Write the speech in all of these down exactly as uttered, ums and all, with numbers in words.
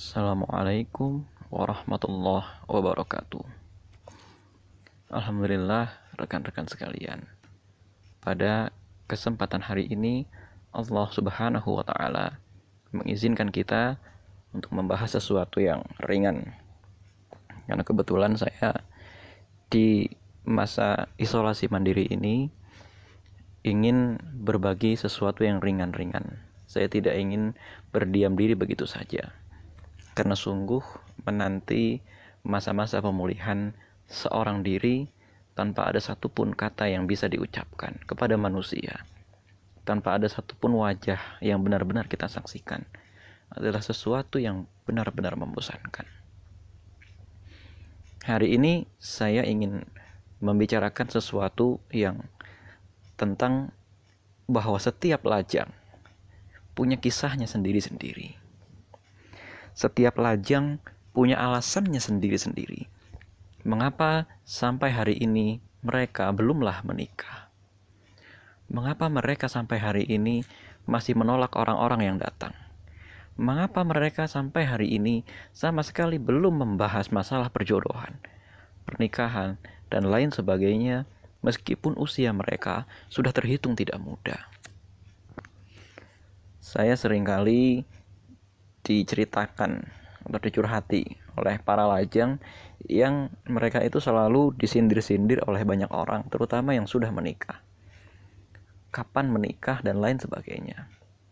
Assalamualaikum warahmatullahi wabarakatuh. Alhamdulillah rekan-rekan sekalian, pada kesempatan hari ini Allah subhanahu wa ta'ala mengizinkan kita untuk membahas sesuatu yang ringan. Karena kebetulan saya di masa isolasi mandiri ini ingin berbagi sesuatu yang ringan-ringan. Saya tidak ingin berdiam diri begitu saja, karena sungguh menanti masa-masa pemulihan seorang diri tanpa ada satupun kata yang bisa diucapkan kepada manusia, tanpa ada satupun wajah yang benar-benar kita saksikan, adalah sesuatu yang benar-benar membosankan. Hari ini saya ingin membicarakan sesuatu yang tentang bahwa setiap lajang punya kisahnya sendiri-sendiri. Setiap lajang punya alasannya sendiri-sendiri. Mengapa sampai hari ini mereka belumlah menikah? Mengapa mereka sampai hari ini masih menolak orang-orang yang datang? Mengapa mereka sampai hari ini sama sekali belum membahas masalah perjodohan, pernikahan, dan lain sebagainya, meskipun usia mereka sudah terhitung tidak muda? Saya seringkali diceritakan atau dicurhati oleh para lajang yang mereka itu selalu disindir-sindir oleh banyak orang, terutama yang sudah menikah. Kapan menikah dan lain sebagainya.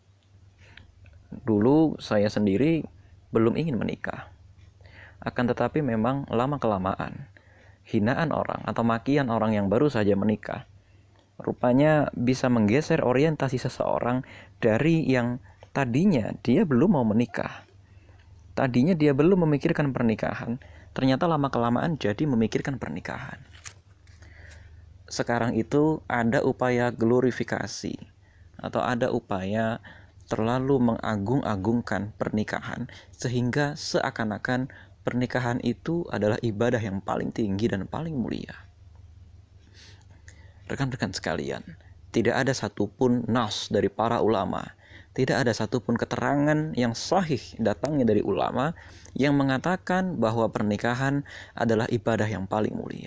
Dulu saya sendiri belum ingin menikah. Akan tetapi memang lama-kelamaan hinaan orang atau makian orang yang baru saja menikah rupanya bisa menggeser orientasi seseorang dari yang tadinya dia belum mau menikah. Tadinya dia belum memikirkan pernikahan, ternyata lama-kelamaan jadi memikirkan pernikahan. Sekarang itu ada upaya glorifikasi atau ada upaya terlalu mengagung-agungkan pernikahan sehingga seakan-akan pernikahan itu adalah ibadah yang paling tinggi dan paling mulia. Rekan-rekan sekalian, tidak ada satupun nas dari para ulama, tidak ada satupun keterangan yang sahih datangnya dari ulama yang mengatakan bahwa pernikahan adalah ibadah yang paling mulia.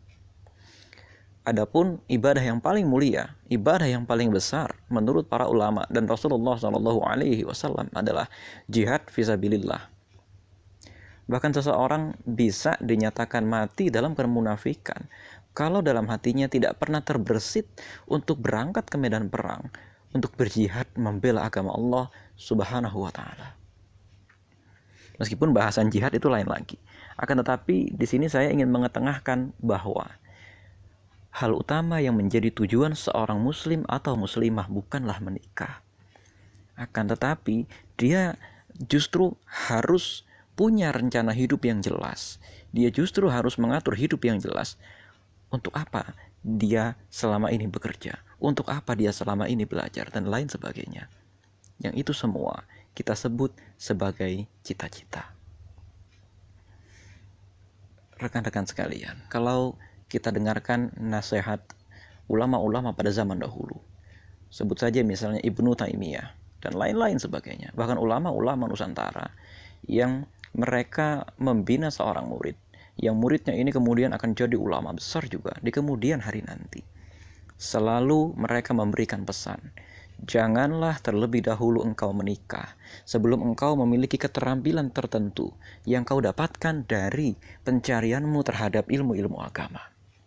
Adapun ibadah yang paling mulia, ibadah yang paling besar menurut para ulama dan Rasulullah shallallahu alaihi wasallam adalah jihad fisabilillah. Bahkan seseorang bisa dinyatakan mati dalam kemunafikan kalau dalam hatinya tidak pernah terbersit untuk berangkat ke medan perang, untuk berjihad membela agama Allah subhanahu wa ta'ala. Meskipun bahasan jihad itu lain lagi. Akan tetapi di sini saya ingin mengetengahkan bahwa hal utama yang menjadi tujuan seorang muslim atau muslimah bukanlah menikah. Akan tetapi dia justru harus punya rencana hidup yang jelas. Dia justru harus mengatur hidup yang jelas. Untuk apa dia selama ini bekerja? Untuk apa dia selama ini belajar? Dan lain sebagainya. Yang itu semua kita sebut sebagai cita-cita. Rekan-rekan sekalian, kalau kita dengarkan nasihat ulama-ulama pada zaman dahulu, sebut saja misalnya Ibnu Taimiyah dan lain-lain sebagainya, bahkan ulama-ulama Nusantara yang mereka membina seorang murid, yang muridnya ini kemudian akan jadi ulama besar juga di kemudian hari nanti. Selalu mereka memberikan pesan, janganlah terlebih dahulu engkau menikah sebelum engkau memiliki keterampilan tertentu yang kau dapatkan dari pencarianmu terhadap ilmu-ilmu agama.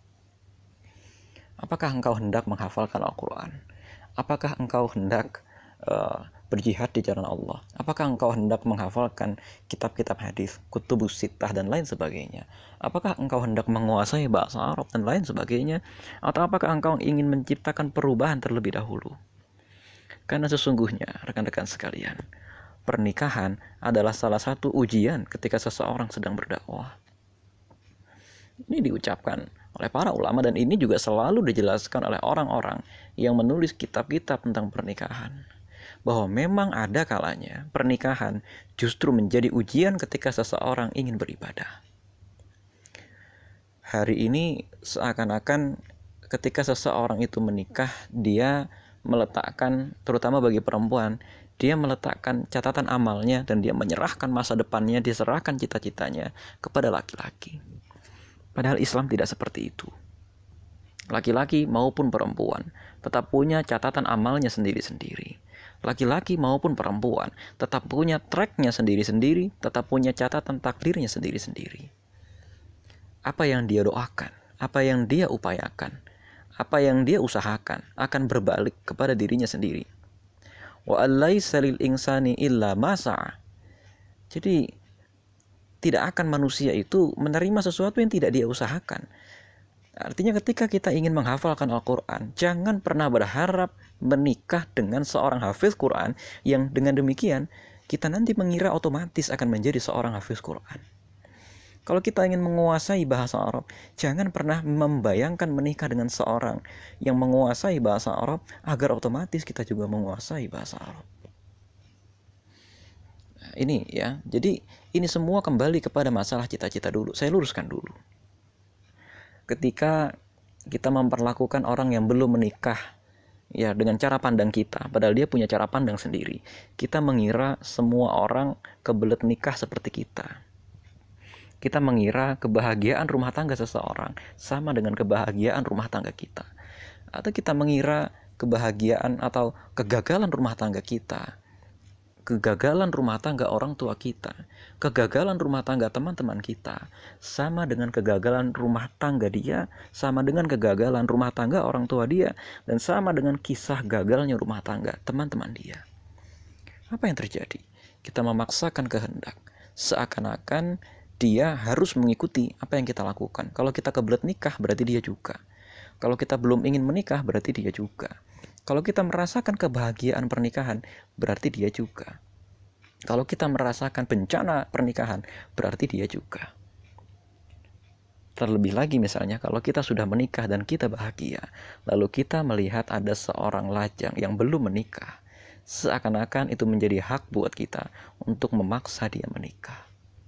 Apakah engkau hendak menghafalkan Al-Quran? Apakah engkau hendak uh, berjihad di jalan Allah? Apakah engkau hendak menghafalkan kitab-kitab hadis, kutubus sittah dan lain sebagainya? Apakah engkau hendak menguasai bahasa Arab dan lain sebagainya? Atau apakah engkau ingin menciptakan perubahan terlebih dahulu? Karena sesungguhnya, rekan-rekan sekalian, pernikahan adalah salah satu ujian ketika seseorang sedang berdakwah. Ini diucapkan oleh para ulama dan ini juga selalu dijelaskan oleh orang-orang yang menulis kitab-kitab tentang pernikahan. Bahwa memang ada kalanya pernikahan justru menjadi ujian ketika seseorang ingin beribadah. Hari ini seakan-akan ketika seseorang itu menikah, dia meletakkan, terutama bagi perempuan, dia meletakkan catatan amalnya dan dia menyerahkan masa depannya, diserahkan cita-citanya kepada laki-laki. Padahal Islam tidak seperti itu. Laki-laki maupun perempuan tetap punya catatan amalnya sendiri-sendiri. Laki-laki maupun perempuan tetap punya tracknya sendiri-sendiri, tetap punya catatan takdirnya sendiri-sendiri. Apa yang dia doakan, apa yang dia upayakan, apa yang dia usahakan akan berbalik kepada dirinya sendiri. Wa allaisa lil insani illa ma sa'a. Jadi tidak akan manusia itu menerima sesuatu yang tidak dia usahakan. Artinya ketika kita ingin menghafalkan Al-Quran, jangan pernah berharap menikah dengan seorang hafiz Quran yang dengan demikian kita nanti mengira otomatis akan menjadi seorang hafiz Quran. Kalau kita ingin menguasai bahasa Arab, jangan pernah membayangkan menikah dengan seorang yang menguasai bahasa Arab agar otomatis kita juga menguasai bahasa Arab. Nah, ini ya, jadi ini semua kembali kepada masalah cita-cita dulu. Saya luruskan dulu. Ketika kita memperlakukan orang yang belum menikah ya dengan cara pandang kita, padahal dia punya cara pandang sendiri, kita mengira semua orang kebelet nikah seperti kita. Kita mengira kebahagiaan rumah tangga seseorang sama dengan kebahagiaan rumah tangga kita. Atau kita mengira kebahagiaan atau kegagalan rumah tangga kita, kegagalan rumah tangga orang tua kita, kegagalan rumah tangga teman-teman kita, sama dengan kegagalan rumah tangga dia, sama dengan kegagalan rumah tangga orang tua dia, dan sama dengan kisah gagalnya rumah tangga teman-teman dia. Apa yang terjadi? Kita memaksakan kehendak, seakan-akan dia harus mengikuti apa yang kita lakukan. Kalau kita kebelet nikah, berarti dia juga. Kalau kita belum ingin menikah, berarti dia juga. Kalau kita merasakan kebahagiaan pernikahan, berarti dia juga. Kalau kita merasakan bencana pernikahan, berarti dia juga. Terlebih lagi misalnya, kalau kita sudah menikah dan kita bahagia, lalu kita melihat ada seorang lajang yang belum menikah, seakan-akan itu menjadi hak buat kita untuk memaksa dia menikah.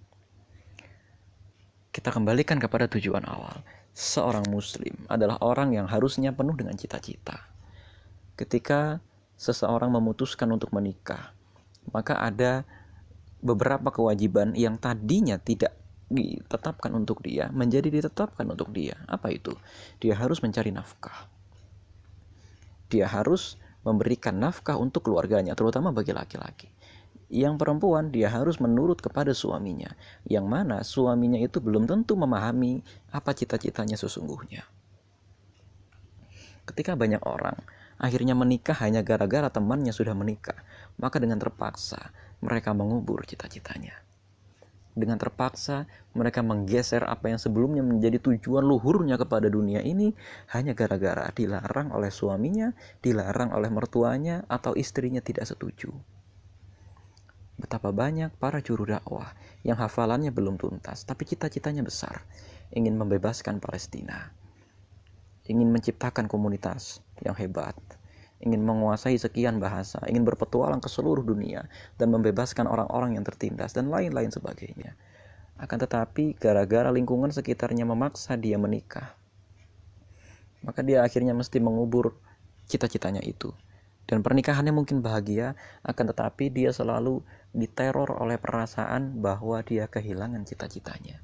Kita kembalikan kepada tujuan awal. Seorang muslim adalah orang yang harusnya penuh dengan cita-cita. Ketika seseorang memutuskan untuk menikah, maka ada beberapa kewajiban yang tadinya tidak ditetapkan untuk dia, menjadi ditetapkan untuk dia. Apa itu? Dia harus mencari nafkah. Dia harus memberikan nafkah untuk keluarganya, terutama bagi laki-laki. Yang perempuan, dia harus menurut kepada suaminya, yang mana suaminya itu belum tentu memahami apa cita-citanya sesungguhnya. Ketika banyak orang akhirnya menikah hanya gara-gara temannya sudah menikah, maka dengan terpaksa mereka mengubur cita-citanya. Dengan terpaksa mereka menggeser apa yang sebelumnya menjadi tujuan luhurnya kepada dunia ini hanya gara-gara dilarang oleh suaminya, dilarang oleh mertuanya, atau istrinya tidak setuju. Betapa banyak para juru dakwah yang hafalannya belum tuntas, tapi cita-citanya besar, ingin membebaskan Palestina, ingin menciptakan komunitas yang hebat, ingin menguasai sekian bahasa, ingin berpetualang ke seluruh dunia, dan membebaskan orang-orang yang tertindas, dan lain-lain sebagainya. Akan tetapi, gara-gara lingkungan sekitarnya memaksa dia menikah, maka dia akhirnya mesti mengubur cita-citanya itu. Dan pernikahannya mungkin bahagia, akan tetapi dia selalu diteror oleh perasaan bahwa dia kehilangan cita-citanya.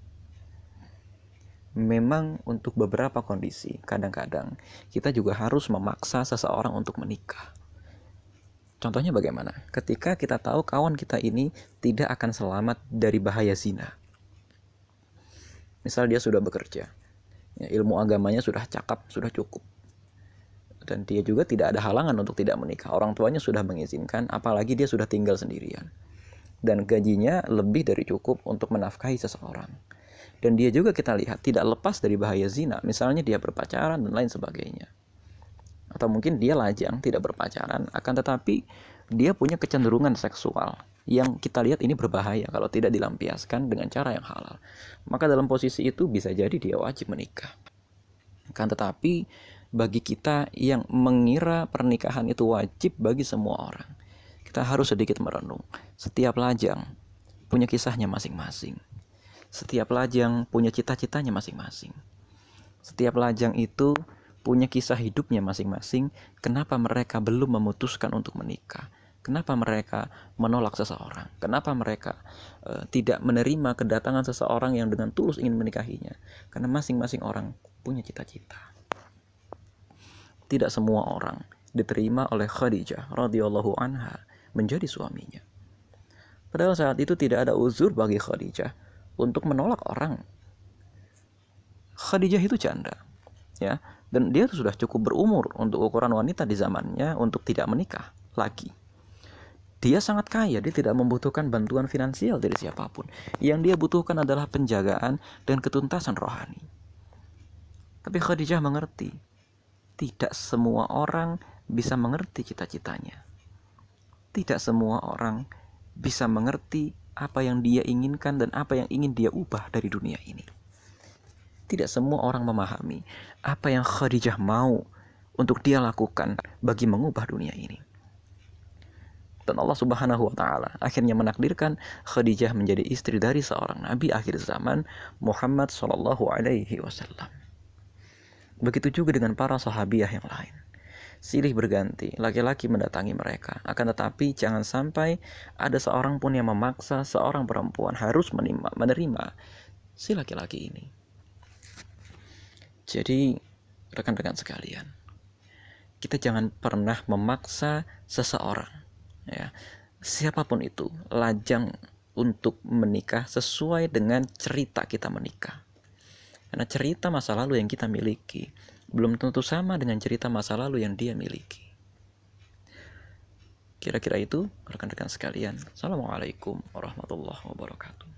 Memang untuk beberapa kondisi, kadang-kadang kita juga harus memaksa seseorang untuk menikah. Contohnya bagaimana? Ketika kita tahu kawan kita ini tidak akan selamat dari bahaya zina. Misal dia sudah bekerja, ya, ilmu agamanya sudah cakap, sudah cukup. Dan dia juga tidak ada halangan untuk tidak menikah. Orang tuanya sudah mengizinkan, apalagi dia sudah tinggal sendirian. Dan gajinya lebih dari cukup untuk menafkahi seseorang. Dan dia juga kita lihat tidak lepas dari bahaya zina. Misalnya dia berpacaran dan lain sebagainya. Atau mungkin dia lajang, tidak berpacaran, akan tetapi dia punya kecenderungan seksual yang kita lihat ini berbahaya kalau tidak dilampiaskan dengan cara yang halal. Maka dalam posisi itu bisa jadi dia wajib menikah. Akan tetapi bagi kita yang mengira pernikahan itu wajib bagi semua orang, kita harus sedikit merenung. Setiap lajang punya kisahnya masing-masing. Setiap lajang punya cita-citanya masing-masing. Setiap lajang itu punya kisah hidupnya masing-masing. Kenapa mereka belum memutuskan untuk menikah? Kenapa mereka menolak seseorang? Kenapa mereka uh, tidak menerima kedatangan seseorang yang dengan tulus ingin menikahinya? Karena masing-masing orang punya cita-cita. Tidak semua orang diterima oleh Khadijah radhiyallahu anha menjadi suaminya. Padahal saat itu tidak ada uzur bagi Khadijah untuk menolak orang. Khadijah itu janda, ya, dan dia sudah cukup berumur untuk ukuran wanita di zamannya untuk tidak menikah lagi. Dia sangat kaya, dia tidak membutuhkan bantuan finansial dari siapapun. Yang dia butuhkan adalah penjagaan dan ketuntasan rohani. Tapi Khadijah mengerti, tidak semua orang bisa mengerti cita-citanya. Tidak semua orang bisa mengerti apa yang dia inginkan dan apa yang ingin dia ubah dari dunia ini. Tidak semua orang memahami apa yang Khadijah mau untuk dia lakukan bagi mengubah dunia ini. Dan Allah Subhanahu wa taala akhirnya menakdirkan Khadijah menjadi istri dari seorang nabi akhir zaman, Muhammad sallallahu alaihi wasallam. Begitu juga dengan para sahabiah yang lain. Silih berganti, laki-laki mendatangi mereka. Akan tetapi jangan sampai ada seorang pun yang memaksa seorang perempuan harus menerima, menerima si laki-laki ini. Jadi rekan-rekan sekalian, kita jangan pernah memaksa seseorang, ya, siapapun itu, lajang untuk menikah sesuai dengan cerita kita menikah. Karena cerita masa lalu yang kita miliki belum tentu sama dengan cerita masa lalu yang dia miliki. Kira-kira itu rekan-rekan sekalian. Assalamualaikum warahmatullahi wabarakatuh.